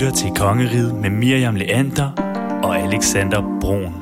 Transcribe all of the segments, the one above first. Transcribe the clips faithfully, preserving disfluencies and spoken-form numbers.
lytter til Kongeriget med Miriam Leander og Alexander Brun.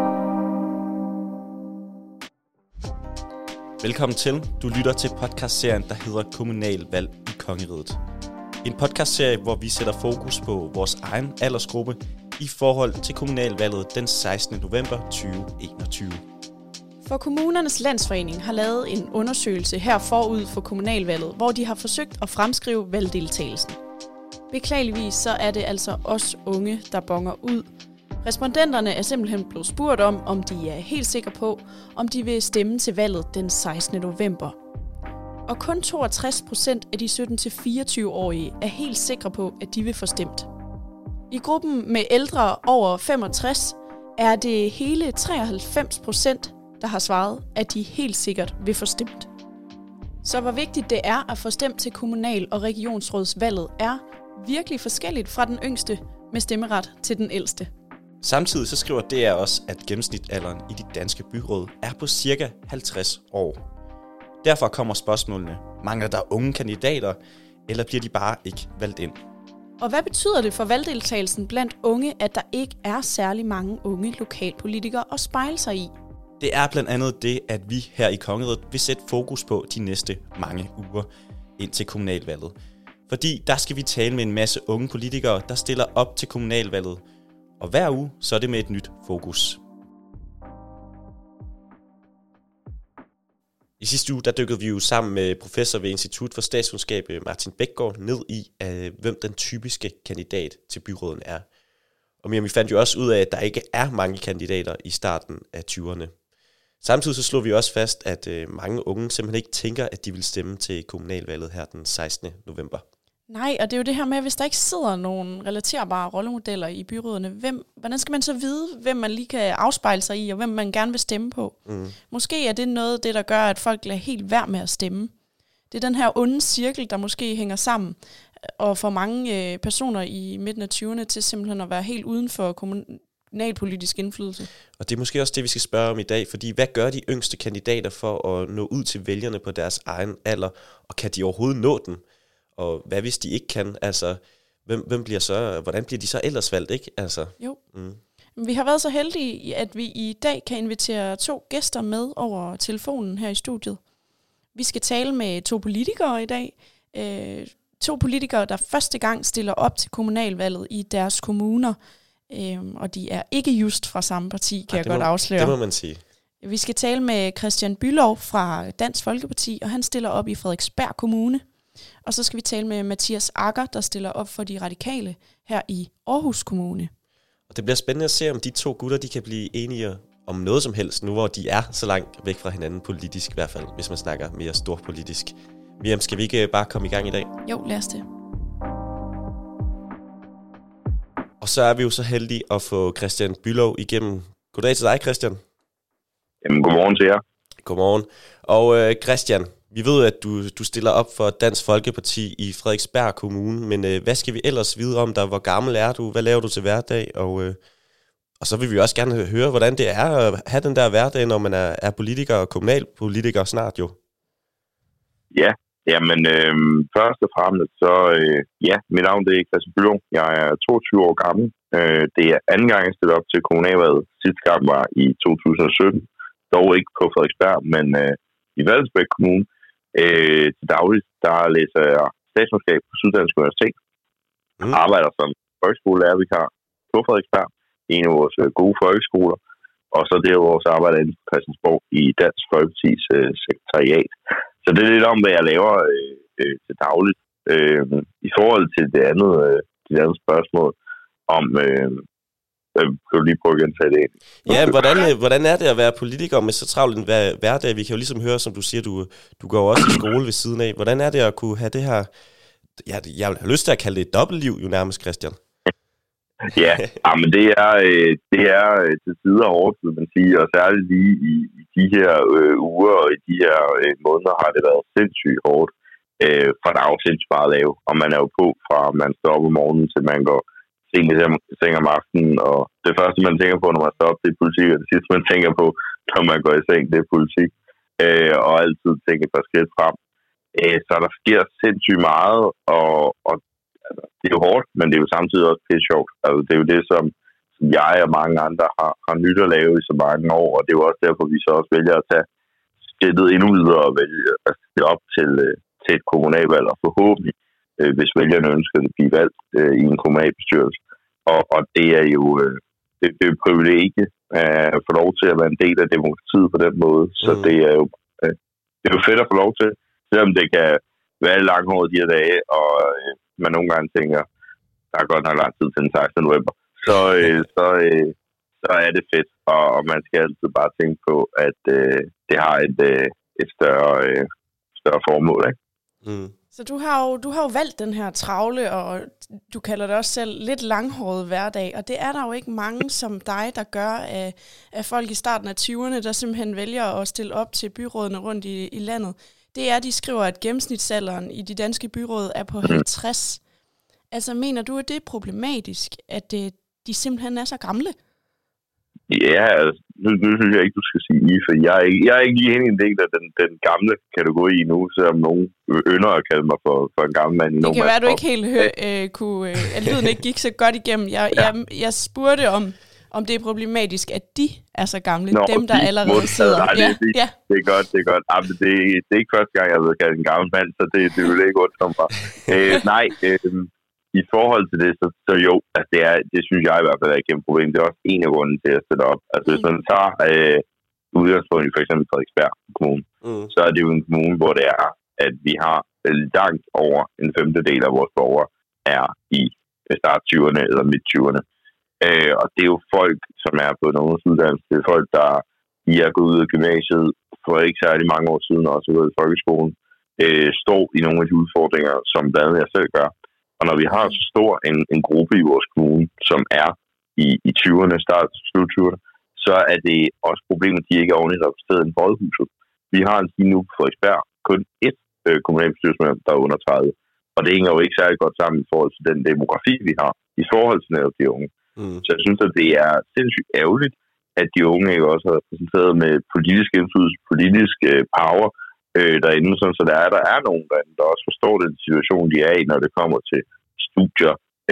Velkommen til. Du lytter til podcastserien, der hedder Kommunalvalg i Kongeriget. En podcastserie, hvor vi sætter fokus på vores egen aldersgruppe i forhold til kommunalvalget den sekstende november tyve enogtyve. For Kommunernes Landsforening har lavet en undersøgelse her forud for kommunalvalget, hvor de har forsøgt at fremskrive valgdeltagelsen. Beklageligvis så er det altså os unge, der bonger ud. Respondenterne er simpelthen blevet spurgt om, om de er helt sikre på, om de vil stemme til valget den sekstende november. Og kun toogtres procent af de sytten til fireogtyve-årige er helt sikre på, at de vil få stemt. I gruppen med ældre over femogtres er det hele treoghalvfems procent, der har svaret, at de helt sikkert vil få stemt. Så hvor vigtigt det er at få stemt til kommunal- og regionsrådsvalget er virkelig forskelligt fra den yngste med stemmeret til den ældste. Samtidig så skriver D R også, at gennemsnitsalderen i de danske byråd er på cirka halvtreds år. Derfor kommer spørgsmålene: mangler der unge kandidater, eller bliver de bare ikke valgt ind? Og hvad betyder det for valgdeltagelsen blandt unge, at der ikke er særlig mange unge lokalpolitikere at spejle sig i? Det er blandt andet det, at vi her i Kongeriget vil sætte fokus på de næste mange uger ind til kommunalvalget. Fordi der skal vi tale med en masse unge politikere, der stiller op til kommunalvalget. Og hver uge, så er det med et nyt fokus. I sidste uge, der dykkede vi jo sammen med professor ved Institut for Statskundskab Martin Bækgaard ned i, uh, hvem den typiske kandidat til byråden er. Og vi fandt jo også ud af, at der ikke er mange kandidater i starten af tyverne. Samtidig så slog vi også fast, at uh, mange unge simpelthen ikke tænker, at de vil stemme til kommunalvalget her den sekstende november. Nej, og det er jo det her med, hvis der ikke sidder nogen relaterbare rollemodeller i byrådene, hvem, hvordan skal man så vide, hvem man lige kan afspejle sig i, og hvem man gerne vil stemme på? Mm. Måske er det noget af det, der gør, at folk lader helt være med at stemme. Det er den her onde cirkel, der måske hænger sammen, og får mange øh, personer i midten af tyverne til simpelthen at være helt uden for kommunalpolitisk indflydelse. Og det er måske også det, vi skal spørge om i dag, fordi hvad gør de yngste kandidater for at nå ud til vælgerne på deres egen alder, og kan de overhovedet nå den? Og hvad hvis de ikke kan? Altså, hvem, hvem bliver så, hvordan bliver de så ellers valgt, ikke? Altså, jo. Mm. Vi har været så heldige, at vi i dag kan invitere to gæster med over telefonen her i studiet. Vi skal tale med to politikere i dag. Øh, to politikere, der første gang stiller op til kommunalvalget i deres kommuner. Øh, og de er ikke just fra samme parti, kan Ej, jeg godt må, afsløre. Det må man sige. Vi skal tale med Christian Bülow fra Dansk Folkeparti, og han stiller op i Frederiksberg Kommune. Og så skal vi tale med Mathias Agger, der stiller op for de radikale her i Aarhus Kommune. Og det bliver spændende at se, om de to gutter de kan blive enige om noget som helst, nu hvor de er så langt væk fra hinanden politisk, i hvert fald, hvis man snakker mere storpolitisk. Miriam, skal vi ikke bare komme i gang i dag? Jo, lad os det. Og så er vi jo så heldige at få Christian Bülow igennem. Goddag til dig, Christian. Jamen, godmorgen til jer. Godmorgen. Og øh, Christian, vi ved, at du, du stiller op for Dansk Folkeparti i Frederiksberg Kommune, men øh, hvad skal vi ellers vide om dig? Hvor gammel er du? Hvad laver du til hverdag? Og, øh, og så vil vi også gerne høre, hvordan det er at have den der hverdag, når man er, er politiker og kommunalpolitiker snart jo. Ja, jamen øh, først og fremmest så, øh, ja, mit navn det er Christian Bülow. Jeg er toogtyve år gammel. Øh, det er anden gang, jeg stiller op til kommunalvalget. Sidste gang var i to tusind og sytten. Dog ikke på Frederiksberg, men øh, i Vallensbæk Kommune. Øh, til dagligt, der læser jeg statskundskab på Syddansk Universitet. Mm. Arbejder som folkeskolelærervikar på Frederiksberg, en af vores øh, gode folkeskoler. Og så det er vores arbejde inde på Christiansborg i Dansk Folkepartis øh, sekretariat. Så det er lidt om, hvad jeg laver øh, øh, til dagligt. Øh, I forhold til det andet, øh, det andet spørgsmål om... Øh, Jeg kan jo lige prøve at gentage det. Ja, hvordan, hvordan er det at være politiker med så travlt en hverdag? Vi kan jo ligesom høre, som du siger, du, du går også i skole ved siden af. Hvordan er det at kunne have det her, ja, jeg har lyst til at kalde det et dobbeltliv jo nærmest, Christian? ja, ja, men det er, det er til tider hårdt, vil man sige, og særligt lige i, i de her øh, uger og i de her øh, måneder har det været sindssygt hårdt, øh, for der er jo sindssygt meget at lave, og man er jo på fra man står op om morgenen til man går sent i seng om aftenen, og det første, man tænker på, når man står op, det er politik, og det sidste, man tænker på, når man går i seng, det er politik, øh, og altid tænker på skridt frem. Øh, så der sker sindssygt meget, og, og altså, det er jo hårdt, men det er jo samtidig også pisse sjovt. Altså, det er jo det, som, som jeg og mange andre har, har nyt at lave i så mange år, og det er jo også derfor, vi så også vælger at tage skridtet endnu videre og vælge at stille op til, til et kommunalvalg, og forhåbentlig, øh, hvis vælgerne ønsker at blive valgt øh, i en kommunalbestyrelse. Og, og det er jo øh, det, det er et privilegie øh, at få lov til at være en del af demokratiet på den måde. Så mm. det er jo øh, det er jo fedt at få lov til, selvom det kan være langhåret de her dage, og øh, man nogle gange tænker, der er godt nok lang tid til den sekstende november. Så, øh, så, øh, så er det fedt, og, og man skal altid bare tænke på, at øh, det har et, øh, et større, øh, større formål, ikke? Mm. Så du har, jo, du har jo valgt den her travle, og du kalder det også selv lidt langhåret hverdag, og det er der jo ikke mange som dig, der gør af, af folk i starten af tyverne, der simpelthen vælger at stille op til byrådene rundt i, i landet. Det er, de skriver, at gennemsnitsalderen i de danske byråd er på halvtreds. Altså, mener du, at det er problematisk, at det, de simpelthen er så gamle? Ja, altså, nu, nu synes jeg ikke, du skal sige I, for jeg er ikke, jeg er ikke lige en del af den, den gamle kategori nu, selvom nogen ynder at kalde mig for, for en gammel mand. Det kan være, at du ikke helt hø, øh, kunne, øh, at lyden ikke gik så godt igennem. Jeg, ja. jeg, jeg spurgte om, om det er problematisk, at de er så gamle, Nå, dem der de allerede sidder. Nej, det, det, ja. det er godt, det er godt. Jamen, det, det er ikke første gang, jeg har været kaldt en gammel mand, så det, det vil ikke undre mig. øh, nej, øh, i forhold til det, så, så jo, altså det, er, det synes jeg i hvert fald er et kæmpe problem. Det er også en af grunden til at stille op. Altså hvis man tager øh, udgangspunkt i for eksempel Frederiksberg Kommune, mm. så er det jo en kommune, hvor det er, at vi har langt over en femtedel af vores borgere er i start tyverne eller midt tyverne. Øh, og det er jo folk, som er på en ungdomsuddannelse. Det er folk, der de er gået ud af gymnasiet for ikke særlig mange år siden, og også gået i folkeskolen, øh, står i nogle af de udfordringer, som blandt andet jeg selv gør. Og når vi har så stor en, en gruppe i vores kommune, som er i, i tyverne, start slut tyverne, så er det også problemet, at de ikke er ordentligt repræsenteret i rådhuset. Vi har lige nu på Frederiksberg kun ét øh, kommunalbestyrelsesmedlem, der er under tredive. Og det hænger jo ikke særlig godt sammen i forhold til den demografi, vi har, i forhold til netop de unge. Mm. Så jeg synes, at det er sindssygt ærgerligt, at de unge ikke også er repræsenteret med politisk indflydelse, politisk øh, power, Øh, derinde, sådan, så der er, der er nogen, der, der også forstår den situation, de er i, når det kommer til studier,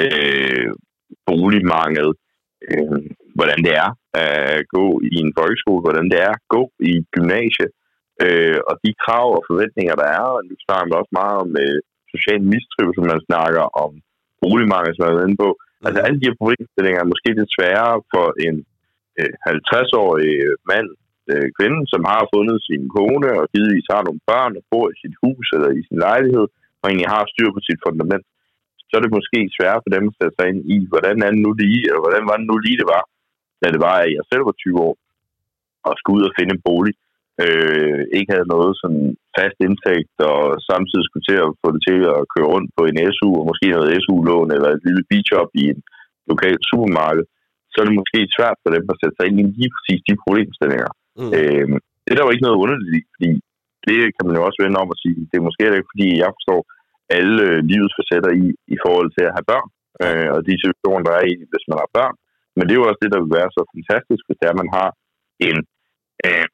øh, boligmangel, øh, hvordan det er at gå i en folkeskole, hvordan det er at gå i gymnasie, øh, og de krav og forventninger, der er. Og nu snakker man også meget om øh, social mistrivsel, man snakker om boligmangel, som jeg er inde på. Mm. Altså alle de her problemstillinger er måske lidt sværere for en øh, halvtreds-årig mand, kvinden, som har fundet sin kone og givetvis har nogle børn og bor i sit hus eller i sin lejlighed, og egentlig har styr på sit fundament, så er det måske svært for dem at sætte sig ind i, hvordan er det nu lige, eller hvordan var det nu lige det var, da det var, at jeg selv var tyve år, og skulle ud og finde en bolig, øh, ikke havde noget sådan fast indtægt, og samtidig skulle til at få det til at køre rundt på en S U, og måske noget S U-lån, eller et lille bijob i en lokal supermarked, så er det måske svært for dem at sætte sig ind i lige præcis de problemstillinger. Mm. Øh, det er der jo ikke noget underligt i, fordi det kan man jo også vende om at sige, det er måske ikke fordi, jeg forstår alle øh, livets facetter i, i forhold til at have børn, øh, og de situationer, der er i, hvis man har børn. Men det er jo også det, der vil være så fantastisk, hvis det er, at man har en, øh,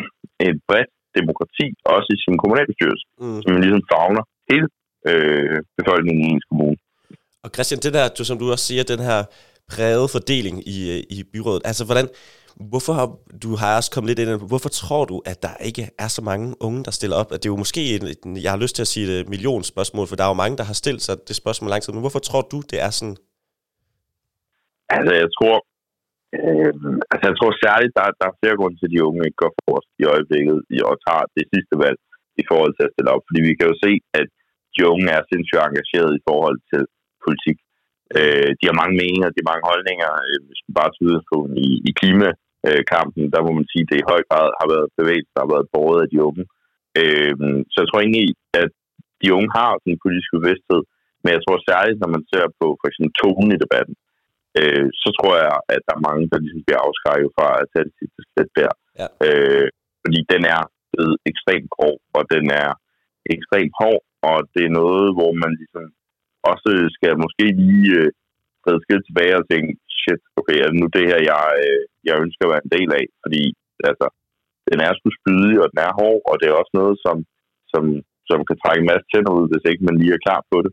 et bredt demokrati, også i sin kommunalbestyrelse, mm. som man ligesom favner hele øh, befolkningen i ens kommune. Og Christian, det der, du, som du også siger, den her brede fordeling i, i byrådet, altså hvordan, hvorfor har du har også kommet lidt ind i, hvorfor tror du, at der ikke er så mange unge, der stiller op? At det er jo måske, en, jeg har lyst til at sige et millionspørgsmål, for der er jo mange, der har stillet sig det spørgsmål lang tid, men hvorfor tror du, det er sådan? Altså, jeg tror, øh, altså, jeg tror særligt, der, der er flere grunde til, at de unge ikke går forrest i øjeblikket og tager det sidste valg i forhold til at stille op. Fordi vi kan jo se, at de unge er sindssygt engageret i forhold til politik. Øh, de har mange meninger, de har mange holdninger. Øh, hvis man bare tager udgangspunkt i, i klimakampen, der må man sige, at det i høj grad har været bevægelse, der har været båret af de unge. Øh, så jeg tror egentlig, at de unge har sådan en politisk bevidsthed, men jeg tror særligt, når man ser på for eksempel tonen i debatten, øh, så tror jeg, at der er mange, der ligesom bliver afskrækket fra at tage det sidste skridt der. Ja. Øh, fordi den er blevet ekstremt grov, og den er ekstremt hård, og det er noget, hvor man ligesom også skal måske lige øh, træde skridt tilbage og tænke, shit, okay, er det nu det her, jeg, øh, jeg ønsker at være en del af? Fordi altså, den er sgu spydig, og den er hård, og det er også noget, som, som, som kan trække en masse tænder ud, hvis ikke man lige er klar på det.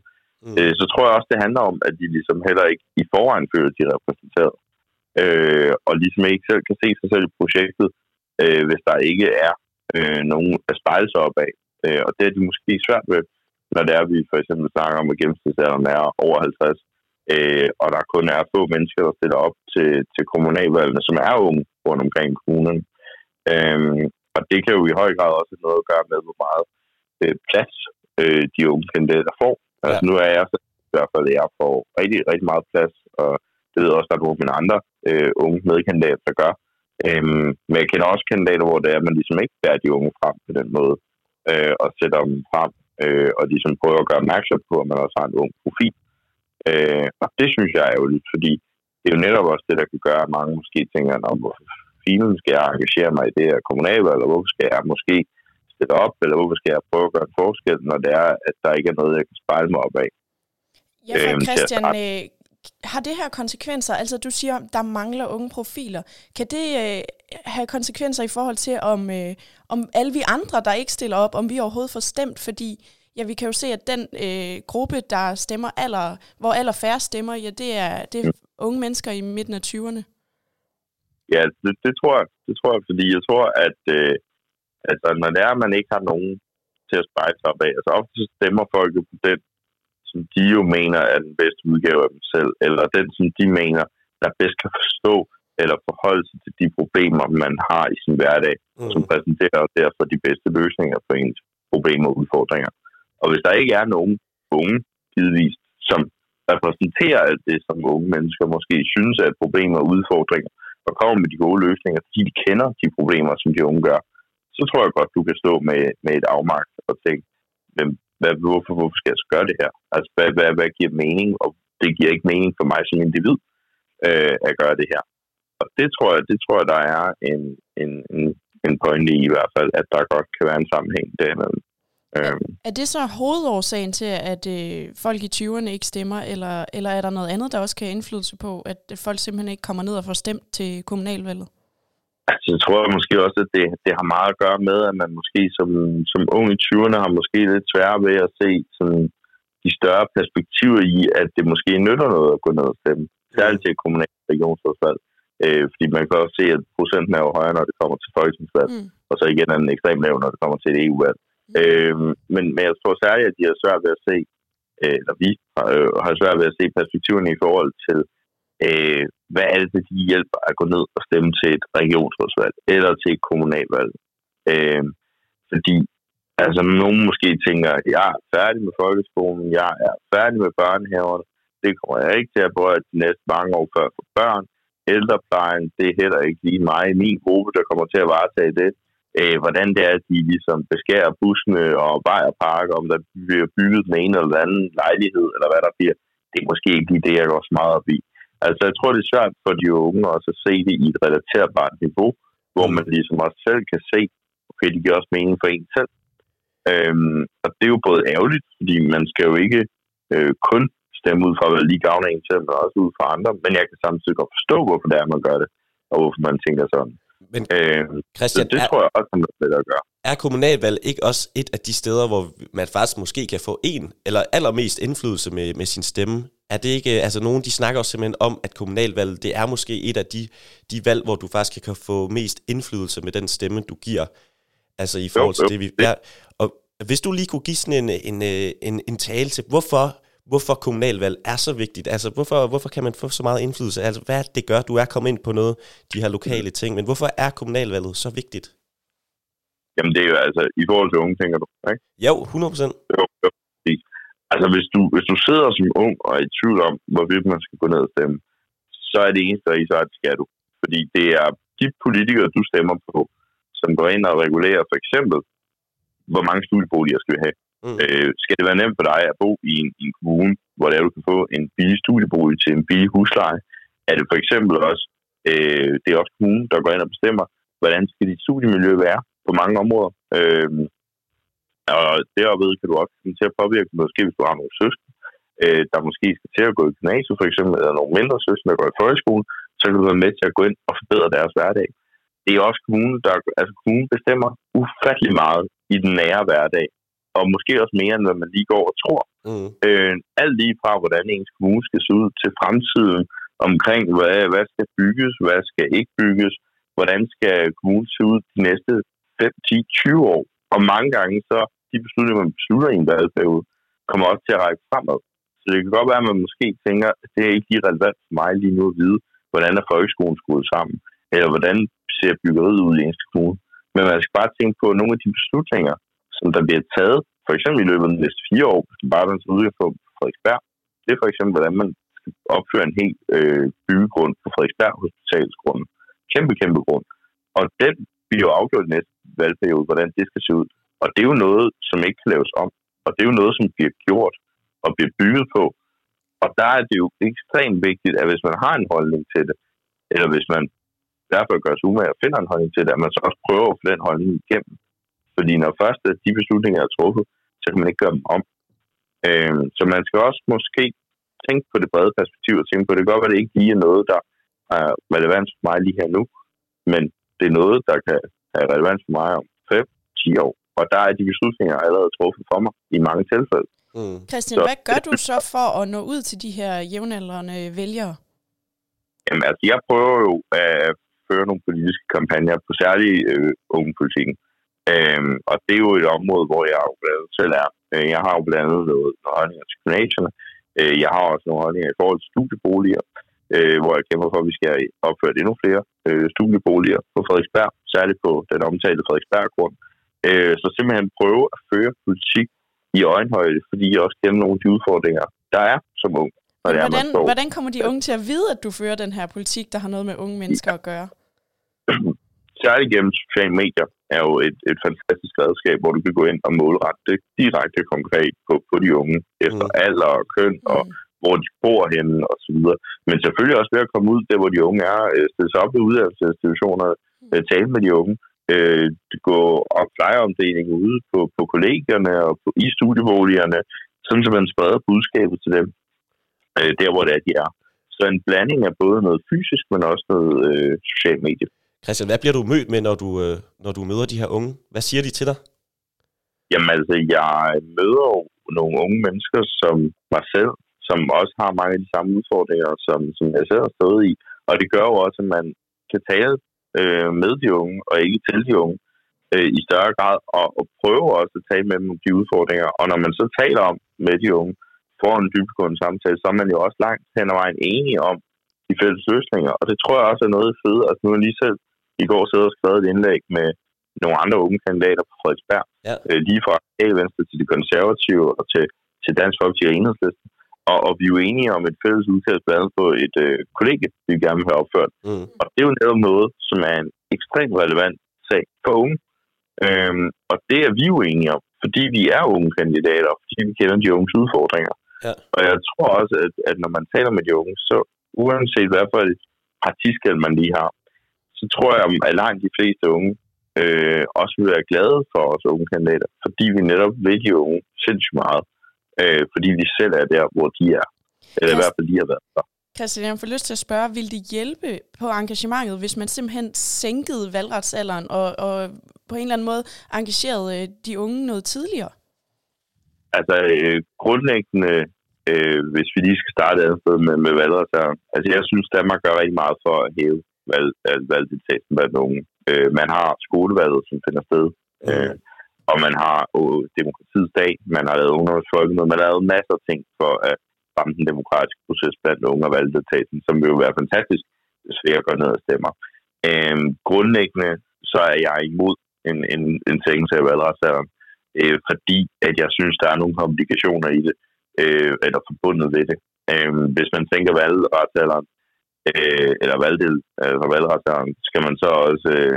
Mm. Øh, så tror jeg også, det handler om, at de ligesom heller ikke i forvejen føler, at de er repræsenteret. Øh, og ligesom ikke selv kan se sig selv i projektet, øh, hvis der ikke er øh, nogen at spejle sig op af. Øh, og det er de måske svært ved, når det er, vi for eksempel snakker om, at gennemsnitsalderen er over halvtreds, øh, og der kun er få mennesker, der stiller op til, til kommunalvalgene, som er unge rundt omkring i kommunen. Øh, og det kan jo i høj grad også noget at gøre med, hvor meget øh, plads øh, de unge kandidater får. Ja. Altså nu er jeg så, i hvert fald, jeg får rigtig, rigtig meget plads, og det ved også, at der er nogle af mine andre øh, unge medkandidater, der gør. Øhm, men jeg kender også kandidater, hvor det er, at man ligesom ikke bærer de unge frem på den måde, øh, og sætter dem frem, øh, og ligesom prøver at gøre opmærksom på, at man også har en ung profil. Øh, og det synes jeg er jo lidt, fordi det er jo netop også det, der kan gøre, at mange måske tænker, om hvorfor filen skal jeg engagere mig i det her kommunalvalg, eller hvorfor skal jeg måske stille op, eller hvorfor skal jeg prøve at gøre en forskel, når det er, at der ikke er noget, jeg kan spejle mig op af. Ja, for Christian, øh, har det her konsekvenser? Altså, du siger, der mangler unge profiler. Kan det øh, have konsekvenser i forhold til, om, øh, om alle vi andre, der ikke stiller op, om vi overhovedet får stemt? Fordi ja, vi kan jo se, at den øh, gruppe, der stemmer aller, hvor aller færre stemmer, ja, det er, det er unge mennesker i midten af tyverne. Ja, det, det tror jeg. Det tror jeg, fordi jeg tror, at øh, altså, når det er, at man ikke har nogen til at spejle sig op af, altså ofte så stemmer folk jo på den, som de jo mener er den bedste udgave af dem selv, eller den, som de mener, der bedst kan forstå eller forholde sig til de problemer, man har i sin hverdag, mm. som præsenterer derfor de bedste løsninger for ens problemer og udfordringer. Og hvis der ikke er nogen unge, givetvis, som repræsenterer alt det, som unge mennesker måske synes er problemer og udfordringer, og kommer med de gode løsninger, fordi de kender de problemer, som de unge gør, så tror jeg godt, du kan stå med, med et afmagt og tænke, hvem Hvad, hvorfor, hvorfor skal jeg så gøre det her? Altså, hvad, hvad, hvad giver mening? Og det giver ikke mening for mig som individ øh, at gøre det her. Og det tror jeg, det tror jeg der er en, en, en, en pointe i, i hvert fald, at der godt kan være en sammenhæng derimellem. Er, er det så hovedårsagen til, at øh, folk i tyverne ikke stemmer, eller, eller er der noget andet, der også kan have indflydelse på, at folk simpelthen ikke kommer ned og får stemt til kommunalvalget? Altså, jeg tror måske også, at det, det har meget at gøre med, at man måske som, som ung i tyverne har måske lidt sværere ved at se sådan, de større perspektiver i, at det måske nytter noget at gå ned og stemme. Særligt til kommunal regionsrådsvalg. Øh, fordi man kan også se, at procenten er jo højere, når det kommer til folketingsvalg, mm. og så igen er den ekstremt lav, når det kommer til et E U-valg. Mm. Øh, men, men jeg tror særligt, at de har svært ved at se, øh, eller vi har, øh, har svært ved at se perspektiverne i forhold til, øh, hvad er det, der de hjælper at gå ned og stemme til et regionsrådsvalg eller til et kommunalvalg. Øh, fordi altså, nogen måske tænker, at jeg er færdig med folkeskolen, jeg er færdig med børnehaverne, det kommer jeg ikke til at bruge de næste mange år før for børn. Ældreplejen, det er heller ikke lige mig i min gruppe, der kommer til at varetage det. Øh, hvordan det er, at de ligesom beskærer bussene og vejerparker, om der bliver bygget den ene eller anden lejlighed, eller hvad der bliver. Det er måske ikke lige det, jeg går så meget op i. Altså, jeg tror, det er svært for de unge også at se det i et relaterbart niveau, hvor man ligesom også selv kan se, okay, det giver også mening for en selv. Øhm, og det er jo både ærgerligt, fordi man skal jo ikke øh, kun stemme ud fra, hvad lige gavner en selv, men også ud fra andre. Men jeg kan samtidig godt forstå, hvorfor det er, man gør det, og hvorfor man tænker sådan. Men øhm, Christian, det er, tror jeg også, man er med at gøre. Er kommunalvalg ikke også et af de steder, hvor man faktisk måske kan få en eller allermest indflydelse med, med sin stemme? Er det ikke, altså nogen, de snakker også simpelthen om, at kommunalvalget, det er måske et af de, de valg, hvor du faktisk kan få mest indflydelse med den stemme, du giver, altså i forhold til jo, jo, det, vi er. Og hvis du lige kunne give sådan en, en, en, en tale til, hvorfor, hvorfor kommunalvalg er så vigtigt, altså hvorfor, hvorfor kan man få så meget indflydelse, altså hvad det gør, du er kommet ind på noget, de her lokale ting, men hvorfor er kommunalvalget så vigtigt? Jamen det er jo altså, i forhold til unge, tænker du, ikke? Jo, hundrede procent. Jo, jo. Altså, hvis du, hvis du sidder som ung og er i tvivl om, hvorvidt man skal gå ned og stemme, så er det eneste, der er i så, at det skal du. Fordi det er de politikere, du stemmer på, som går ind og regulerer for eksempel, hvor mange studieboliger skal vi have. Mm. Øh, skal det være nemt for dig at bo i en, i en kommune, hvor der, du kan få en billig studiebolig til en billig husleje? Er det for eksempel også, øh, det er også kommunen, der går ind og bestemmer, hvordan skal dit studiemiljø være på mange områder? Øh, Og derved kan du også komme til at påvirke, måske hvis du har nogle søskende, øh, der måske skal til at gå i gymnasiet for eksempel, eller nogle mindre søskende, der går i folkeskole, så kan du være med til at gå ind og forbedre deres hverdag. Det er også kommunen, der, altså kommunen bestemmer ufattelig meget i den nære hverdag. og måske også mere, end hvad man lige går og tror. Mm. Øh, alt lige fra, hvordan ens kommune skal se ud til fremtiden, omkring, hvad, hvad skal bygges, hvad skal ikke bygges, hvordan skal kommunen se ud de næste fem, ti, tyve år. Og mange gange så, de beslutninger, man beslutter i en valgperiode, kommer også til at række fremad. Så det kan godt være, at man måske tænker, at det er ikke lige relevant for mig lige nu at vide, hvordan er folkeskolen skruet sammen, eller hvordan ser byggeriet ud i ens kommune. Men man skal bare tænke på nogle af de beslutninger, som der bliver taget, for eksempel i løbet af de næste fire år, hvis bare den skal udgangspunkt på Frederiksberg. Det er for eksempel, hvordan man skal opføre en helt øh, byggegrund på Frederiksberg Hospitalsgrunden. Kæmpe, kæmpe grund. Og den bliver jo afgjort i næste valgperiode, hvordan det skal se ud. Og det er jo noget, som ikke kan laves om. Og det er jo noget, som bliver gjort og bliver bygget på. Og der er det jo ekstremt vigtigt, at hvis man har en holdning til det, eller hvis man derfor gør sig umage og finder en holdning til det, at man så også prøver at få den holdning igennem. Fordi når først de beslutninger er truffet, så kan man ikke gøre dem om. Øhm, så man skal også måske tænke på det brede perspektiv og tænke på, at det kan godt være, at det ikke lige er noget, der er relevant for mig lige her nu, men det er noget, der kan have relevans for mig om fem til ti år. Og der er de beslutninger allerede truffet for mig i mange tilfælde. Mm. Christian, så, hvad gør du så for at nå ud til de her jævnaldrende vælgere? Jamen altså, jeg prøver jo at føre nogle politiske kampagner på særlige øh, ungepolitikken. Øhm, og det er jo et område, hvor jeg jo blandt andet selv er. Jeg har jo blandt andet noget holdninger til gymnasierne. Jeg har også nogle holdninger i forhold til studieboliger, øh, hvor jeg kæmper for, at vi skal opføre endnu flere øh, studieboliger på Frederiksberg, særligt på den omtalte Frederiksberg-grund. Øh, så simpelthen prøve at føre politik i øjenhøjde, fordi jeg også kender nogle af de udfordringer, der er som ung. Hvordan, hvordan kommer de unge til at vide, at du fører den her politik, der har noget med unge mennesker at gøre? Særligt gennem sociale medier er jo et, et fantastisk redskab, hvor du kan gå ind og målrette det direkte konkret på, på de unge, efter mm. alder og køn, mm. og hvor de bor henne og så videre. Men selvfølgelig også ved at komme ud der, hvor de unge er, stille sig op ved uddannelsesinstitutioner, mm. tale med de unge, øh, gå og plejeomdeling ude på, på kollegierne og på, i studieboligerne, sådan så man spreder budskabet til dem, øh, der hvor det er, de er. Så en blanding af både noget fysisk, men også noget øh, social medie. Christian, hvad bliver du mødt med, når du, øh, når du møder de her unge? Hvad siger de til dig? Jamen altså, jeg møder jo nogle unge mennesker, som mig selv, som også har mange af de samme udfordringer, som, som jeg selv har stået i. Og det gør jo også, at man kan tale øh, med de unge, og ikke til de unge øh, i større grad, og, og prøve også at tale med dem om de udfordringer. Og når man så taler om med de unge, får en dybdegående samtale, så er man jo også langt hen ad vejen enige om de fælles løsninger. Og det tror jeg også er noget fedt. Altså nu er lige selv i går sidder og skrevet et indlæg med nogle andre unge kandidater på Frederiksberg. Ja. Øh, lige fra A-Venstre til de konservative og til, til Dansk Folkeparti og Enhedslisten. Og, og vi er jo enige om et fælles udkast blandt andet på et øh, kollegie, vi gerne vil have opført. Mm. Og det er jo netop noget, som er en ekstremt relevant sag for unge. Øhm, og det er vi jo enige om, fordi vi er unge kandidater, fordi vi kender de unges udfordringer. Ja. Og jeg tror også, at, at når man taler med de unge, så uanset hvad for et partiskæld man lige har, så tror jeg, at langt de fleste unge øh, også vil være glade for os unge kandidater, fordi vi netop vil de unge sindssygt meget, øh, fordi vi selv er der, hvor de er, eller i hvert fald de har været der. Christian, jeg får lyst til at spørge, vil det hjælpe på engagementet, hvis man simpelthen sænkede valgretsalderen og, og på en eller anden måde engagerede de unge noget tidligere? Altså øh, grundlæggende, øh, hvis vi lige skal starte et sted med, med valgretsalderen, altså jeg synes, at Danmark gør rigtig meget for at hæve valg, valgdeltagelsen blandt unge. Øh, man har skolevalget, som finder sted, øh, og man har øh, demokratiets dag, man har lavet ungdomsfolkemøde, man har lavet masser af ting for at fremme den demokratiske proces blandt unge og valgdeltagelsen, som vil jo være fantastisk, hvis flere går ned og stemmer. Øh, grundlæggende så er jeg imod en, en, en sænkelse af valgretsalderen, øh, fordi at jeg synes, der er nogle komplikationer i det, øh, eller forbundet ved det. Øh, hvis man tænker valgretsalderen, Øh, eller valgdel, altså valgretsalderen, skal man så også øh,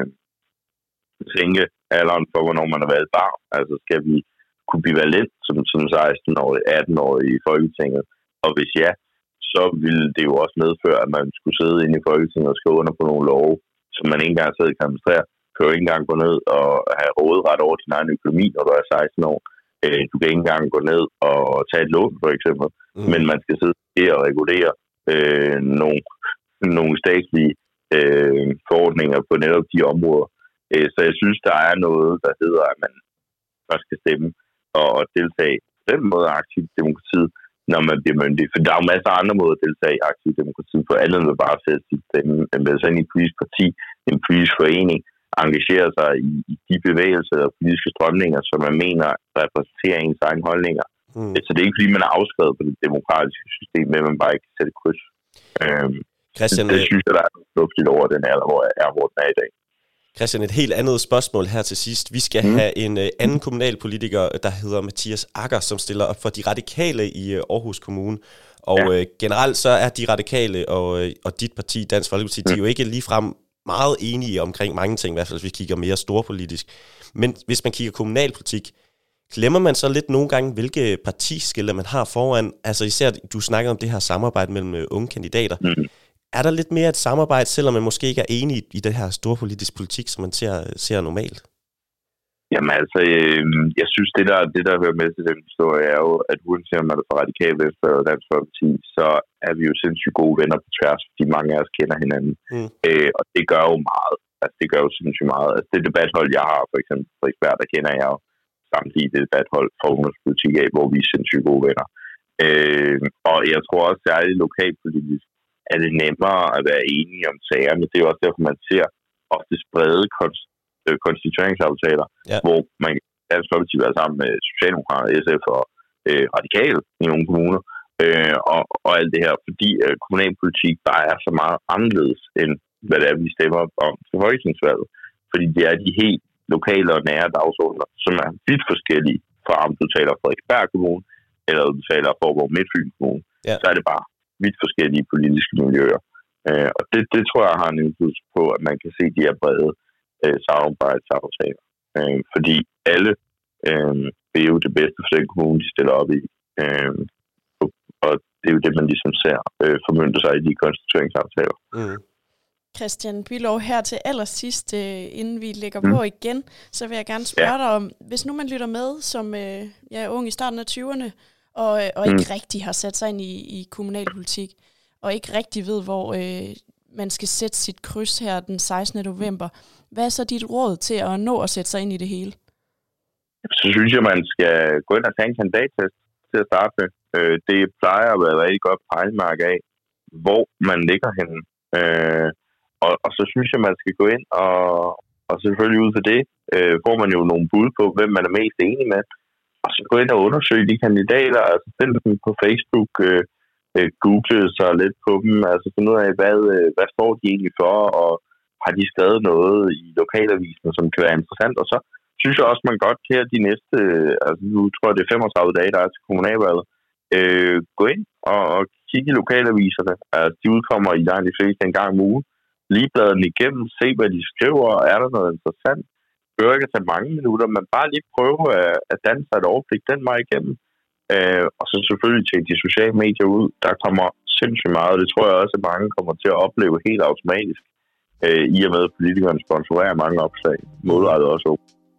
sænke alderen for, hvornår man er valgbar. Altså skal vi kunne blive valgt ind som, som seksten-årig, atten-årig i Folketinget. Og hvis ja, så ville det jo også medføre, at man skulle sidde inde i Folketinget og skrive under på nogle love, som man ikke engang selv kan administrere. Du kan jo ikke engang gå ned og have råderet over din egen økonomi, når du er seksten år. Øh, du kan ikke engang gå ned og tage et lån, for eksempel. Mm. Men man skal sidde og regulere øh, nogle nogle statslige øh, forordninger på netop de områder. Øh, så jeg synes, der er noget, der hedder, at man først skal stemme, at, at deltage på den måde aktivt i demokratiet, når man bliver myndig. For der er jo masser af andre måder at deltage i aktivt demokrati på, andet end bare at sætte sit stemme. Man melde sig ind i et politisk parti, en politisk forening, engagere sig i, i de bevægelser og politiske strømninger, som man mener repræsenterer ens egne holdninger. Mm. Så det er ikke fordi, man er afskrevet på det demokratiske system, men man bare ikke kan sætte kryds. Øhm, Christian, det, det synes jeg, der er noget over den alder, hvor jeg er, hvor den er i dag. Christian, et helt andet spørgsmål her til sidst. Vi skal mm. have en uh, anden kommunalpolitiker, der hedder Mathias Agger, som stiller op for de radikale i uh, Aarhus Kommune. Og ja. uh, generelt så er de radikale og, uh, og dit parti, Dansk Folkeparti, mm. de er jo ikke ligefrem meget enige omkring mange ting, i hvert fald hvis vi kigger mere storpolitisk. Men hvis man kigger kommunalpolitik, glemmer man så lidt nogle gange, hvilke partiskiller man har foran? Altså især, du snakker om det her samarbejde mellem uh, unge kandidater. Mm. Er der lidt mere et samarbejde, selvom man måske ikke er enig i det her store politisk politik, som man ser, ser normalt? Jamen altså, øh, jeg synes, det der, det der hører med til den historie, er jo, at uanset om man er fra Radikale Venstre og Dansk Folkeparti, så er vi jo sindssygt gode venner på tværs, fordi mange af os kender hinanden. Mm. Øh, og det gør jo meget. Altså, det gør jo sindssygt meget. Altså, det debathold, jeg har, for eksempel Frederiksberg, der kender jeg jo samtidig det debathold for ungdomspolitik af, hvor vi er sindssygt gode venner. Øh, og jeg tror også, særligt lokalpolitisk, er det nemmere at være enige om sagerne. Det er jo også derfor, man ser ofte brede konst- øh, konstitueringsaftaler, ja. Hvor man kan selvfølgelig være sammen med Socialdemokrater, S F og øh, Radikale i nogle kommuner, øh, og, og alt det her, fordi øh, kommunalpolitik bare er så meget anderledes, end hvad det er, vi stemmer om til folketingsvalget. Fordi det er de helt lokale og nære dagsordner, som er vidt forskellige fra om du taler Frederiksberg Kommune, eller du taler Faaborg Midtfyn Kommune, ja. Så er det bare vidt forskellige politiske miljøer. Øh, og det, det tror jeg har en indflydelse på, at man kan se de her brede øh, samarbejdsaftaler. Øh, fordi alle øh, vil jo det bedste for den kommune, de stiller op i. Øh, og det er jo det, man ligesom ser øh, formønte sig i de konstitueringsaftaler. Mm. Christian Bülow, her til allersidst, øh, inden vi lægger mm. på igen, så vil jeg gerne spørge ja. dig om, hvis nu man lytter med som øh, ja, ung i starten af tyverne, og, og ikke mm. rigtig har sat sig ind i, i kommunalpolitik, og ikke rigtig ved, hvor øh, man skal sætte sit kryds her den sekstende november. Hvad er så dit råd til at nå at sætte sig ind i det hele? Så synes jeg, man skal gå ind og tage en kandidattest til at starte med. Det plejer at være et rigtig godt pejlemærke af, hvor man ligger henne. Og, og så synes jeg, man skal gå ind og, og selvfølgelig ud for det, får man jo nogle bud på, hvem man er mest enig med. Og så gå ind og undersøge de kandidater, altså stille dem på Facebook, øh, øh, google sig lidt på dem, altså finde ud af, hvad, øh, hvad står de egentlig for, og har de skrevet noget i lokalavisen, som kan være interessant. Og så synes jeg også, man godt her de næste, øh, altså nu tror jeg, det er femogtredive dage, der er til kommunalvalget, øh, gå ind og, og kigge i lokalaviserne. Altså, de udkommer i langt de fleste en gang om ugen. Lige blade den igennem, se hvad de skriver, og er der noget interessant. Det bør ikke tage mange minutter, men bare lige prøve at, at danne sig et overblik den vej igennem. Øh, og så selvfølgelig tjekke de sociale medier ud. Der kommer sindssygt meget, og det tror jeg også, at mange kommer til at opleve helt automatisk. Øh, I og med, at politikerne sponsorerer mange opslag. Målrettet også.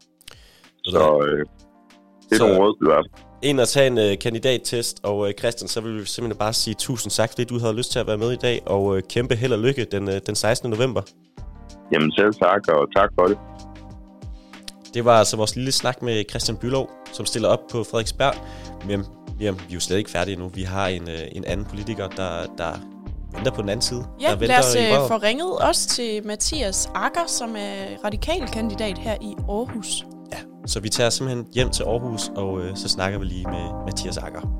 Så øh, det er så nogle råd, du er. En at tage en uh, kandidattest, og uh, Christian, så vil vi simpelthen bare sige tusind tak, fordi du havde lyst til at være med i dag, og uh, kæmpe held og lykke den, uh, den sekstende november. Jamen selv tak, og tak for det. Det var altså vores lille snak med Christian Bülow, som stiller op på Frederiksberg. Men jamen, vi er jo slet ikke færdige nu. Vi har en, en anden politiker, der, der venter på den anden side. Ja, der lad os uh, få ringet også til Mathias Agger, som er radikal kandidat her i Aarhus. Ja, så vi tager simpelthen hjem til Aarhus, og uh, så snakker vi lige med Mathias Agger.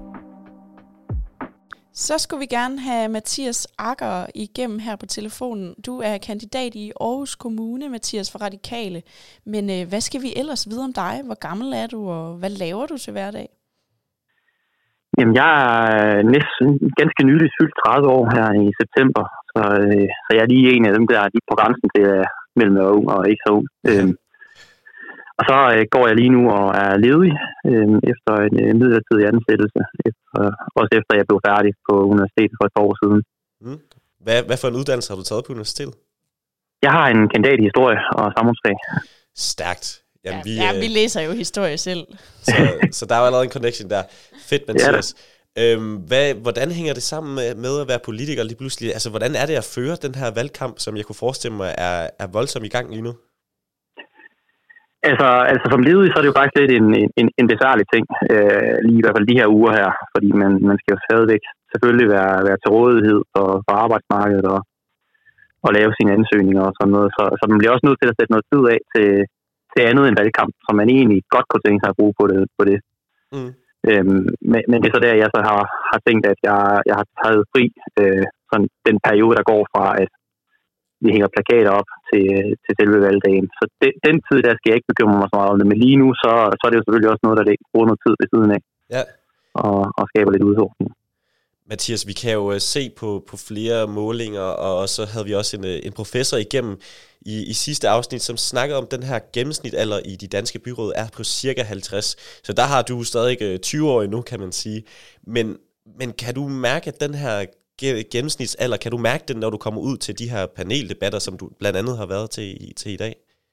Så skulle vi gerne have Mathias Agger igennem her på telefonen. Du er kandidat i Aarhus Kommune, Mathias, for Radikale. Men øh, hvad skal vi ellers vide om dig? Hvor gammel er du, og hvad laver du til hverdag? Jamen, jeg er næsten ganske nyligt fyldt tredive år her i september. Så, øh, så jeg er lige en af dem, der er lige på grænsen til uh, mellem at ung og ikke så ung. Øh, Og så øh, går jeg lige nu og er ledig øh, efter en øh, midlertidig ansættelse, efter, også efter jeg blev færdig på universitetet for et par år siden. Mm. Hvad, hvad for en uddannelse har du taget på universitetet? Jeg har en kandidat i historie og samfundsfag. Stærkt. Jamen, ja, vi, ja, øh, vi læser jo historie selv. Så, så der er jo allerede en connection der. Fedt, Mathias. Ja, øhm, hvad, hvordan hænger det sammen med, med at være politiker lige pludselig? Altså, hvordan er det at føre den her valgkamp, som jeg kunne forestille mig er, er voldsom i gang lige nu? Altså, altså som ledig, så er det jo faktisk lidt en, en, en besværlig ting, øh, lige i hvert fald de her uger her, fordi man, man skal jo stadigvæk selvfølgelig være, være til rådighed for, for arbejdsmarkedet og, og lave sine ansøgninger og sådan noget, så, så man bliver også nødt til at sætte noget tid af til, til andet end valgkamp, som man egentlig godt kunne tænke sig at bruge på det. På det. Mm. Øhm, men, men det er så der, jeg så har, har tænkt, at jeg, jeg har taget fri øh, sådan den periode, der går fra, at vi hænger plakater op til, til selve valgdagen. Så det, den tid, der skal jeg ikke bekymre mig så meget om det. Men lige nu, så, så er det jo selvfølgelig også noget, der bruger noget tid ved siden af. Ja. Og, og skaber lidt udfordring. Mathias, vi kan jo se på, på flere målinger, og så havde vi også en, en professor igennem i, i sidste afsnit, som snakkede om, den her gennemsnitsalder i de danske byråd er på cirka halvtreds. Så der har du stadig tyve år endnu, kan man sige. Men, men kan du mærke, at den her gennemsnitsalder, kan du mærke det, når du kommer ud til de her paneldebatter, som du blandt andet har været til i, til i dag?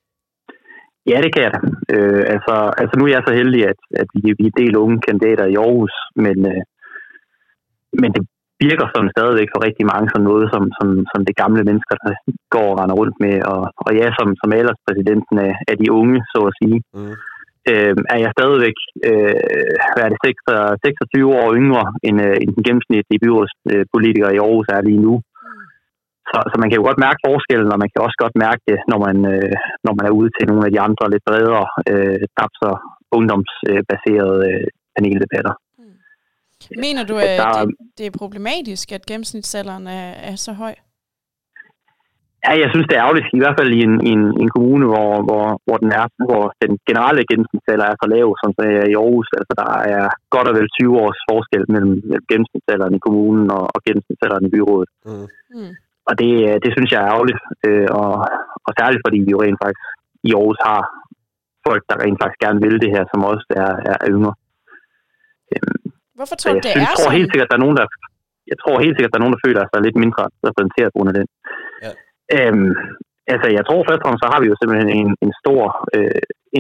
Ja, det kan jeg da. Øh, altså, altså nu er jeg så heldig, at, at vi, vi er en del unge kandidater i Aarhus, men, øh, men det virker sådan stadigvæk for rigtig mange som noget, som, som, som det gamle mennesker, der går og render rundt med. Og, og ja, som, som alderspræsidenten af, af de unge, så at sige, mm. øh, er jeg stadigvæk øh, hvad er det, seksogtyve år yngre end, øh, end den gennemsnitlige byrådspolitikere i Aarhus er lige nu. Så, så man kan jo godt mærke forskellen, og man kan også godt mærke det, når man, øh, når man er ude til nogle af de andre lidt bredere, øh, så ungdomsbaserede øh, paneldebatter. Mm. Mener du, at der, det, det er problematisk, at gennemsnitsalderen er, er så høj? Ja, jeg synes, det er ærgerligt, i hvert fald i en, i en, en kommune, hvor, hvor, hvor, den er, hvor den generelle gennemsnitsalder er så lav, som så er i Aarhus. Altså, der er godt og vel tyve års forskel mellem, mellem gennemsnitsalderen i kommunen og, og gennemsnitsalderen i byrådet. Mm. Mm. Og det, det synes jeg er ærgerligt, øh, og, og særligt fordi vi jo rent faktisk i Aarhus har folk, der rent faktisk gerne vil det her, som også er, er yngre. Øhm, Hvorfor tror du, det synes, er tror sådan? Helt sikkert, der er nogen, der, jeg tror helt sikkert, der er nogen, der føler sig lidt mindre repræsenteret på grund af den. Ja. Øhm, altså, jeg tror først og fremmest, så har vi jo simpelthen en, en stor øh,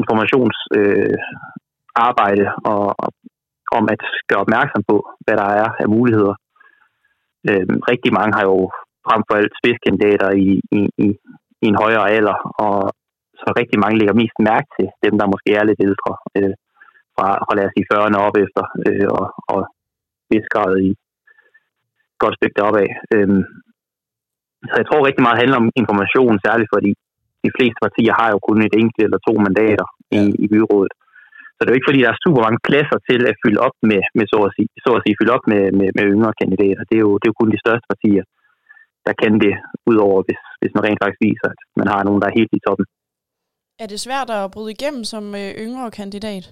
informationsarbejde øh, og, og, om at gøre opmærksom på, hvad der er af muligheder. Øhm, rigtig mange har jo frem for alt spidskandidater i, i, i, i en højere alder, og så rigtig mange lægger mest mærke til dem, der måske er lidt ældre, øh, fra, fra lad os sige fyrrerne op efter, øh, og, og vidsgradet i godt stykke deroppe af. Øhm, så jeg tror rigtig meget handler om information, særligt fordi de fleste partier har jo kun et enkelt eller to mandater i, i byrådet. Så det er jo ikke fordi, der er super mange pladser til at fylde op med, med så, at sige, så at sige, fylde op med, med, med yngre kandidater. Det er, jo, det er jo kun de største partier, der kan det, udover hvis, hvis man rent faktisk viser, at man har nogen, der er helt i toppen. Er det svært at bryde igennem som yngre kandidat?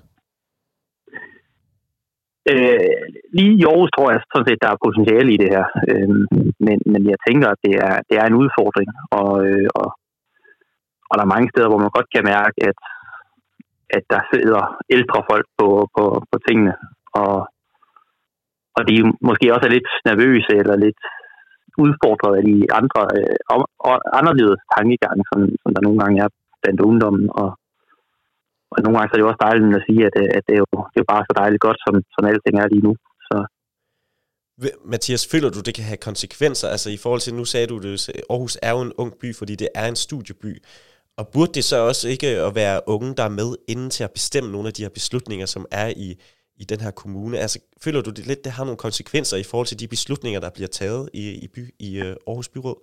Øh, lige i Aarhus tror jeg sådan set, der er potentiale i det her. Øh, men, men jeg tænker, at det er, det er en udfordring. Og, øh, og, og der er mange steder, hvor man godt kan mærke, at, at der sidder ældre folk på, på, på tingene. Og, og de måske også er lidt nervøse eller lidt udfordret af de andre øh, og anderledes tankegange, som, som der nogle gange er blandt ungdommen. Og, og nogle gange så er det jo også dejligt at sige, at, at det, er jo, det er jo bare så dejligt godt, som, som alting er lige nu. Så. Mathias, føler du, det kan have konsekvenser? Altså i forhold til, nu sagde du, at Aarhus er jo en ung by, fordi det er en studieby. Og burde det så også ikke at være unge, der er med inden til at bestemme nogle af de her beslutninger, som er i i den her kommune? Altså, føler du det lidt, det har nogle konsekvenser i forhold til de beslutninger, der bliver taget i, i, by, i uh, Aarhus Byråd?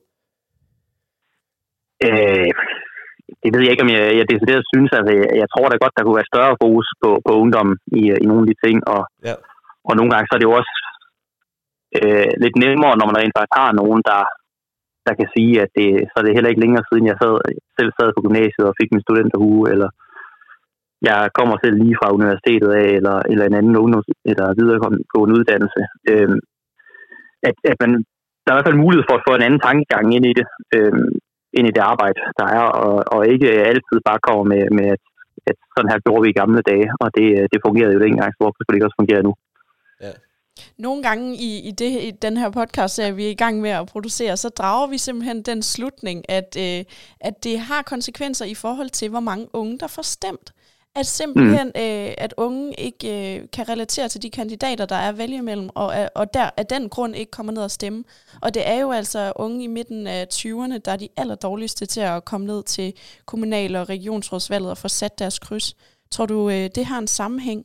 Øh, det ved jeg ikke, om jeg, jeg decideret synes. Altså, jeg, jeg tror da godt, der kunne være større fokus på, på ungdommen i, i nogle af de ting, og, ja. og nogle gange så er det jo også øh, lidt nemmere, når man rent faktisk har nogen, der, der kan sige, at det, så er det heller ikke længere siden, jeg sad, selv sad på gymnasiet og fik min studenterhue, eller jeg kommer selv lige fra universitetet af, eller, eller en anden ungdoms- eller videregående uddannelse. Øhm, at, at man, der er i hvert fald mulighed for at få en anden tankegang ind i det, øhm, ind i det arbejde, der er, og, og ikke altid bare kommer med, med at, at sådan her gjorde vi i gamle dage, og det, det fungerede jo dengang, så hvorfor skulle det ikke også fungere nu? Ja. Nogle gange i, i, det, i den her podcast, er vi i gang med at producere, så drager vi simpelthen den slutning, at, øh, at det har konsekvenser i forhold til, hvor mange unge, der får stemt. At simpelthen, mm. øh, at unge ikke øh, kan relatere til de kandidater, der er at vælge imellem, og, og der af den grund ikke kommer ned og stemme. Og det er jo altså unge i midten af tyverne, der er de allerdårligste til at komme ned til kommunal- og regionsrådsvalget og få sat deres kryds. Tror du, øh, det har en sammenhæng?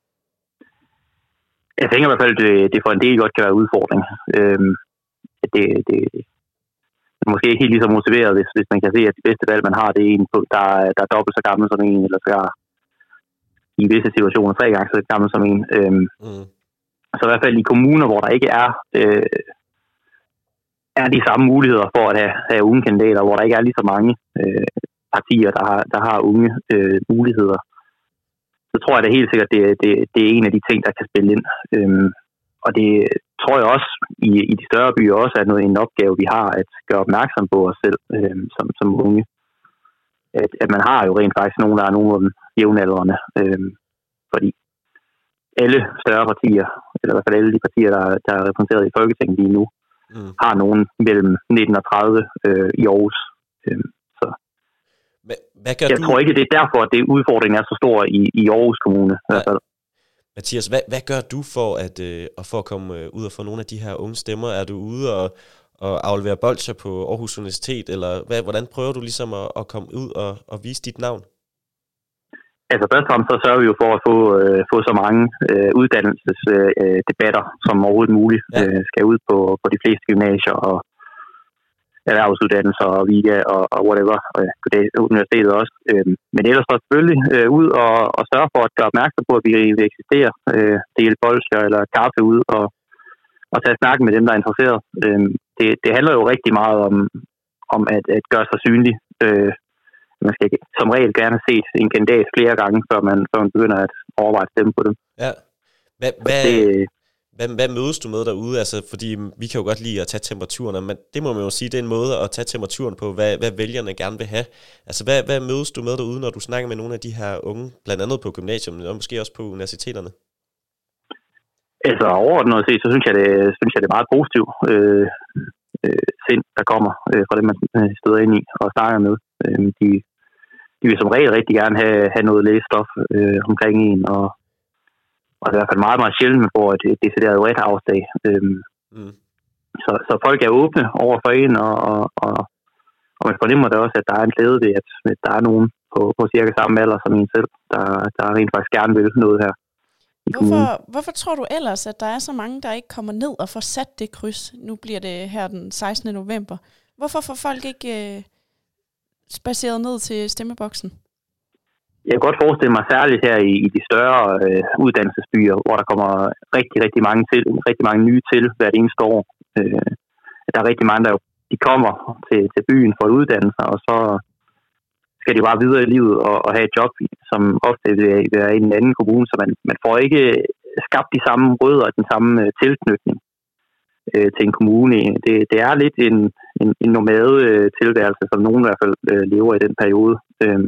Jeg tænker i hvert fald, at det, det for en del godt kan være udfordring. Øhm, det, det er måske ikke helt lige så motiveret, hvis, hvis man kan se, at det bedste valg, man har, det er en, der, der er dobbelt så gammel som en, eller så i visse situationer tre gange så gammel som en. Øhm, mm. Så i hvert fald i kommuner, hvor der ikke er, øh, er de samme muligheder for at have, have unge kandidater, hvor der ikke er lige så mange øh, partier, der har, der har unge øh, muligheder, så tror jeg da helt sikkert, at det, det, det er en af de ting, der kan spille ind. Øhm, og det tror jeg også, i, i de større byer også er noget, en opgave, vi har, at gøre opmærksom på os selv øh, som, som unge. At, at man har jo rent faktisk nogen, der er nogenlunde jævnaldrende. Øh, fordi alle større partier, eller i hvert fald alle de partier, der, der er repræsenteret i Folketinget lige nu, mm. har nogen mellem nitten og tredive øh, i Aarhus. Øh, så hvad, hvad gør jeg du? tror ikke, det er derfor, at det udfordringen er så stor i, i Aarhus Kommune. I hvert fald. Mathias, hvad, hvad gør du for at, øh, for at komme øh, ud og få nogle af de her unge stemmer? Er du ude og, og aflevere bolcher på Aarhus Universitet, eller hvad, hvordan prøver du ligesom at, at komme ud og, og vise dit navn? Altså først og fremmest så sørger vi jo for at få, øh, få så mange øh, uddannelsesdebatter øh, som overhovedet muligt. Ja. Øh, skal ud på, på de fleste gymnasier og erhvervsuddannelser og Viga og, og whatever, og det er universitetet også. Øh, men ellers så selvfølgelig øh, ud og, og sørge for at gøre opmærksom på, at vi, vi eksisterer. Øh, dele bolcher eller kaffe ud og, og tage snakken med dem, der er interesseret. Øh, det, det handler jo rigtig meget om, om at, at gøre sig synlig. Øh, man skal som regel gerne se en kandidat flere gange, før man, før man begynder at overveje at stemme på dem. Ja. Hvad, hvad, det, hvad, hvad mødes du med derude? Altså, fordi vi kan jo godt lide at tage temperaturen, men det må man jo sige, det er en måde at tage temperaturen på, hvad, hvad vælgerne gerne vil have. Altså, hvad, hvad mødes du med derude, når du snakker med nogle af de her unge, blandt andet på gymnasium, og måske også på universiteterne? Altså, overordnet set, så synes jeg, det, synes jeg, det er meget positivt øh, øh, sind, der kommer øh, fra det, man støder ind i og snakker med. Øh, de De vil som regel rigtig gerne have, have noget læsestof øh, omkring en, og, og det er i hvert fald meget, meget sjældent, man får et, et decideret ret afslag. Øhm, mm. så, så folk er åbne over for en, og, og, og, og man fornemmer det også, at der er en glæde ved, at, at der er nogen på, på cirka samme alder som en selv, der, der rent faktisk gerne vil noget her. Hvorfor, hvorfor tror du ellers, at der er så mange, der ikke kommer ned og får sat det kryds? Nu bliver det her den sekstende november. Hvorfor får folk ikke Øh spaceret ned til stemmeboksen? Jeg kan godt forestille mig særligt her i, i de større øh, uddannelsesbyer, hvor der kommer rigtig, rigtig mange til, rigtig mange nye til hvert eneste år. Øh, der er rigtig mange, der jo, de kommer til, til byen for at uddanne sig, og så skal de bare videre i livet og, og have et job, som ofte vil være i en anden kommune, så man, man får ikke skabt de samme rødder og den samme øh, tilknytning øh, til en kommune. Det, det er lidt en, en, en nomade øh, tilværelse, som nogen i hvert fald øh, lever i den periode. Øh,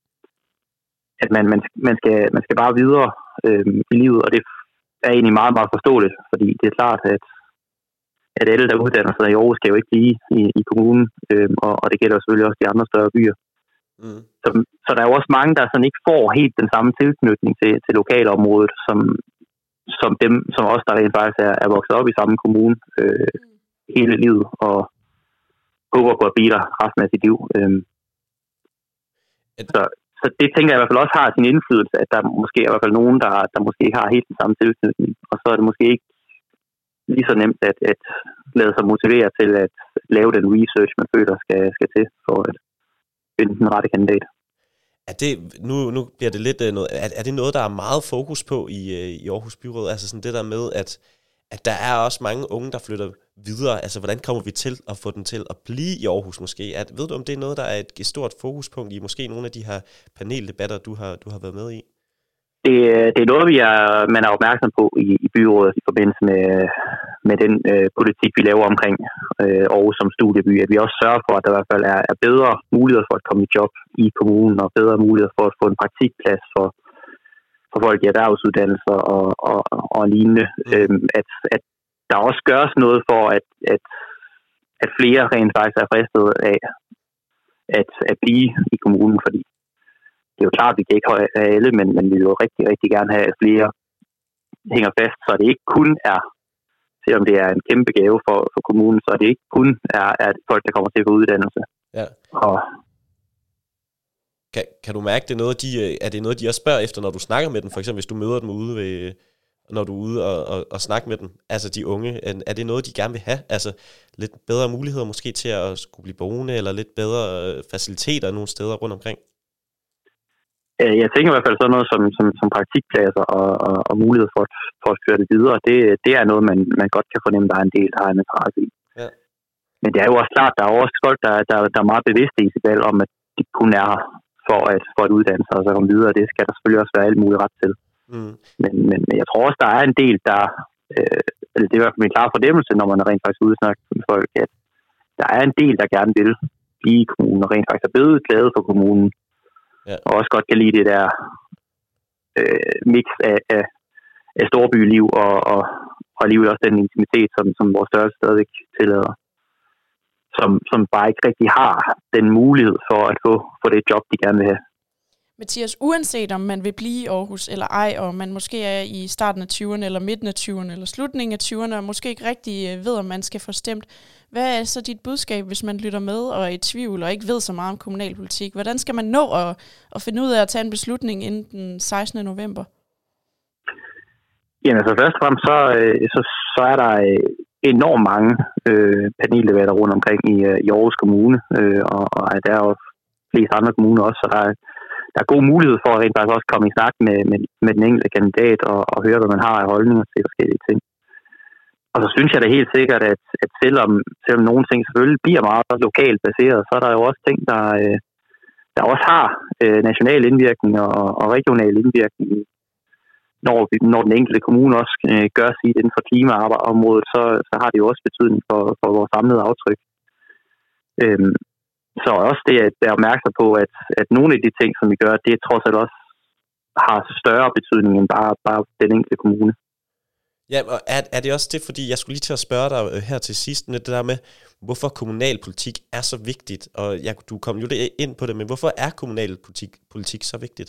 at man, man, man, skal, man skal bare videre øh, i livet, og det er egentlig meget, meget forståeligt, fordi det er klart, at, at alle, der uddanner sig i Aarhus, skal jo ikke blive i, i kommunen, øh, og, og det gælder selvfølgelig også de andre større byer. Mm. Så, så der er jo også mange, der sådan ikke får helt den samme tilknytning til, til lokalområdet, som, som dem, som os, der rent faktisk er, er vokset op i samme kommune øh, hele livet, og håber på at blive der resten af sit liv. Øh. Så, så det tænker jeg i hvert fald også har sin indflydelse, at der måske er i hvert fald nogen, der, der måske ikke har helt den samme tilknytning, og så er det måske ikke lige så nemt at, at lade sig motivere til at lave den research, man føler skal, skal til for at finde den rette kandidat. Er det, nu, nu bliver det lidt noget, er, er det noget, der er meget fokus på i, i Aarhus Byråd? Altså sådan det der med, at, at der er også mange unge, der flytter videre. Altså hvordan kommer vi til at få dem til at blive i Aarhus måske? Er, ved du, om det er noget, der er et, et stort fokuspunkt i måske nogle af de her paneldebatter, du har, du har været med i? Det, det er noget, vi er, man er opmærksom på i, i byrådet i forbindelse med, med den øh, politik, vi laver omkring øh, Aarhus som studieby. At vi også sørger for, at der i hvert fald er, er bedre muligheder for at komme i job i kommunen, og bedre muligheder for at få en praktikplads for, for folk i erhvervsuddannelser og, og, og lignende. Mm. Øhm, at, at der også gøres noget for, at, at, at flere rent faktisk er fristet af at, at blive i kommunen, fordi det er jo klart, at vi kan ikke have alle, men, men vi vil jo rigtig, rigtig gerne have, at flere hænger fast, så det ikke kun er, selvom det er en kæmpe gave for, for kommunen, så det ikke kun er, er folk, der kommer til at få uddannelse. Ja. Og kan, kan du mærke, det er noget, de, er det noget, de også spørger efter, når du snakker med dem? For eksempel, hvis du møder dem ude ved, når du er ude og, og, og snakker med dem, altså de unge, er det noget, de gerne vil have? Altså lidt bedre muligheder måske til at skulle blive boende, eller lidt bedre faciliteter nogle steder rundt omkring? Jeg tænker i hvert fald sådan noget som, som, som praktikpladser og, og, og mulighed for, for at føre det videre. Det, det er noget, man, man godt kan fornemme, der er en del, der har en interesse i. Ja. Men det er jo også klart, der er også folk, der, der, der er meget bevidste i sit valg om, at de kun er her for at, for at uddanne sig og så komme videre. Det skal der selvfølgelig også være alt muligt ret til. Mm. Men, men jeg tror også, der er en del, der... Øh, eller det er i hvert fald min klare fornemmelse, når man er rent faktisk ude og snakke med folk, at der er en del, der gerne vil blive i kommunen og rent faktisk er blevet glade for kommunen. Ja. Og også godt kan lide det der øh, mix af, af, af storbyliv og, og, og alligevel også den intimitet, som, som vores størrelse stadigvæk tillader. Som, som bare ikke rigtig har den mulighed for at få, få det job, de gerne vil have. Mathias, uanset om man vil blive i Aarhus eller ej, og man måske er i starten af tyverne, eller midten af tyverne, eller slutningen af tyverne, og måske ikke rigtig ved, om man skal få stemt, hvad er så dit budskab, hvis man lytter med og er i tvivl og ikke ved så meget om kommunalpolitik? Hvordan skal man nå at, at finde ud af at tage en beslutning inden den sekstende november? Jamen altså først og fremmest, så, så, så er der enormt mange øh, paneldebatter rundt omkring i, i Aarhus Kommune, øh, og, og der er jo flest andre kommuner også, så der er, der er god mulighed for at rent faktisk også komme i snak med, med, med den enkelte kandidat og, og høre, hvad man har af holdninger til forskellige ting. Og så synes jeg da helt sikkert, at, at selvom, selvom nogle ting selvfølgelig bliver meget lokalt baseret, så er der jo også ting, der, der også har øh, national indvirkning og, og regional indvirkning. Når, vi, når den enkelte kommune også øh, gør sit inden for klimaområdet, så, så har det jo også betydning for, for vores samlede aftryk. Øhm, så også det at være opmærksom på, at, at nogle af de ting, som vi gør, det trods alt også har større betydning end bare, bare den enkelte kommune. Ja, og er, er det også det, fordi jeg skulle lige til at spørge dig her til sidst, med det der med, hvorfor kommunalpolitik er så vigtigt, og jeg, du kom jo ind på det, men hvorfor er kommunalpolitik politik så vigtigt?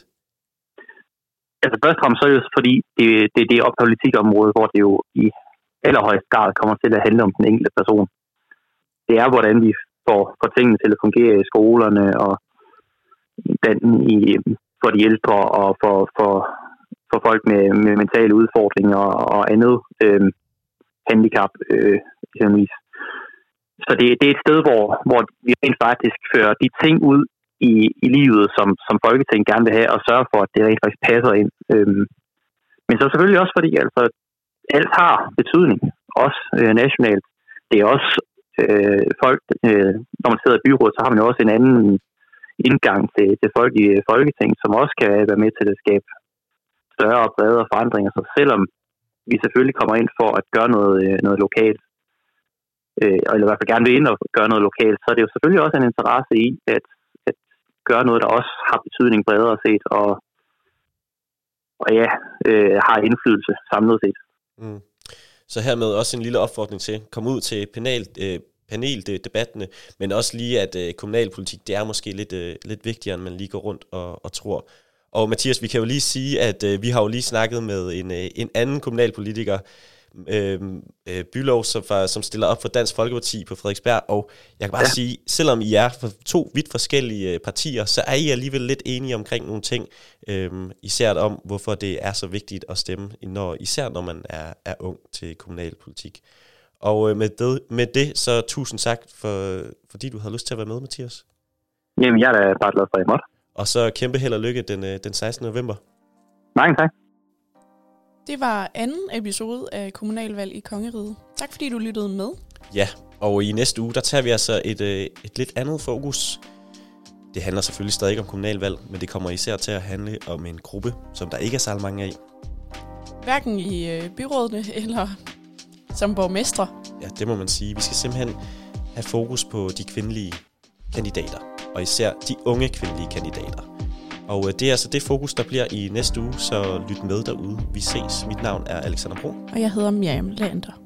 Altså først og fremmest så er det jo fordi, det, det, det er op på politikområdet, hvor det jo i allerhøjeste grad kommer til at handle om den enkelte person. Det er, hvordan vi får, får tingene til at fungere i skolerne, og den i, for de ældre, og for, for, for folk med, med mentale udfordringer og, og andet øh, handicap, øh, eksempelvis. Så det, det er et sted, hvor, hvor vi rent faktisk fører de ting ud i, i livet, som, som Folketinget gerne vil have, og sørge for, at det rent faktisk passer ind. Øhm, men så selvfølgelig også fordi, altså, alt har betydning, også øh, nationalt. Det er også øh, folk, øh, når man sidder i byrådet, så har man jo også en anden indgang til, til folk i Folketinget, som også kan være med til at skabe større og bredere forandringer. Så selvom vi selvfølgelig kommer ind for at gøre noget, øh, noget lokalt, øh, eller i hvert fald gerne vil ind og gøre noget lokalt, så er det jo selvfølgelig også en interesse i, at gøre noget, der også har betydning bredere set, og, og ja, øh, har indflydelse samlet set. Mm. Så hermed også en lille opfordring til, kom ud til panel, øh, paneldebattene, men også lige, at øh, kommunalpolitik, det er måske lidt, øh, lidt vigtigere, end man lige går rundt og, og tror. Og Mathias, vi kan jo lige sige, at øh, vi har jo lige snakket med en, øh, en anden kommunalpolitiker, Øh, øh, Bylov, som, som stiller op for Dansk Folkeparti på Frederiksberg, og jeg kan bare ja. sige, selvom I er for to vidt forskellige partier, så er I alligevel lidt enige omkring nogle ting, øh, især om, hvorfor det er så vigtigt at stemme, når, især når man er, er ung til kommunalpolitik. Og øh, med, det, med det, så tusind tak, for, fordi du havde lyst til at være med, Mathias. Jamen, jeg er da bare glad for, at jeg måtte. Og så kæmpe held og lykke den, den sekstende november. Mange tak. Det var anden episode af Kommunalvalg i Kongeriget. Tak fordi du lyttede med. Ja, og i næste uge, der tager vi altså et, et lidt andet fokus. Det handler selvfølgelig stadig om kommunalvalg, men det kommer især til at handle om en gruppe, som der ikke er så mange af. Hverken i byrådene eller som borgmestre. Ja, det må man sige. Vi skal simpelthen have fokus på de kvindelige kandidater, og især de unge kvindelige kandidater. Og det er altså det fokus, der bliver i næste uge, så lyt med derude. Vi ses. Mit navn er Alexander Brun. Og jeg hedder Miriam Lander.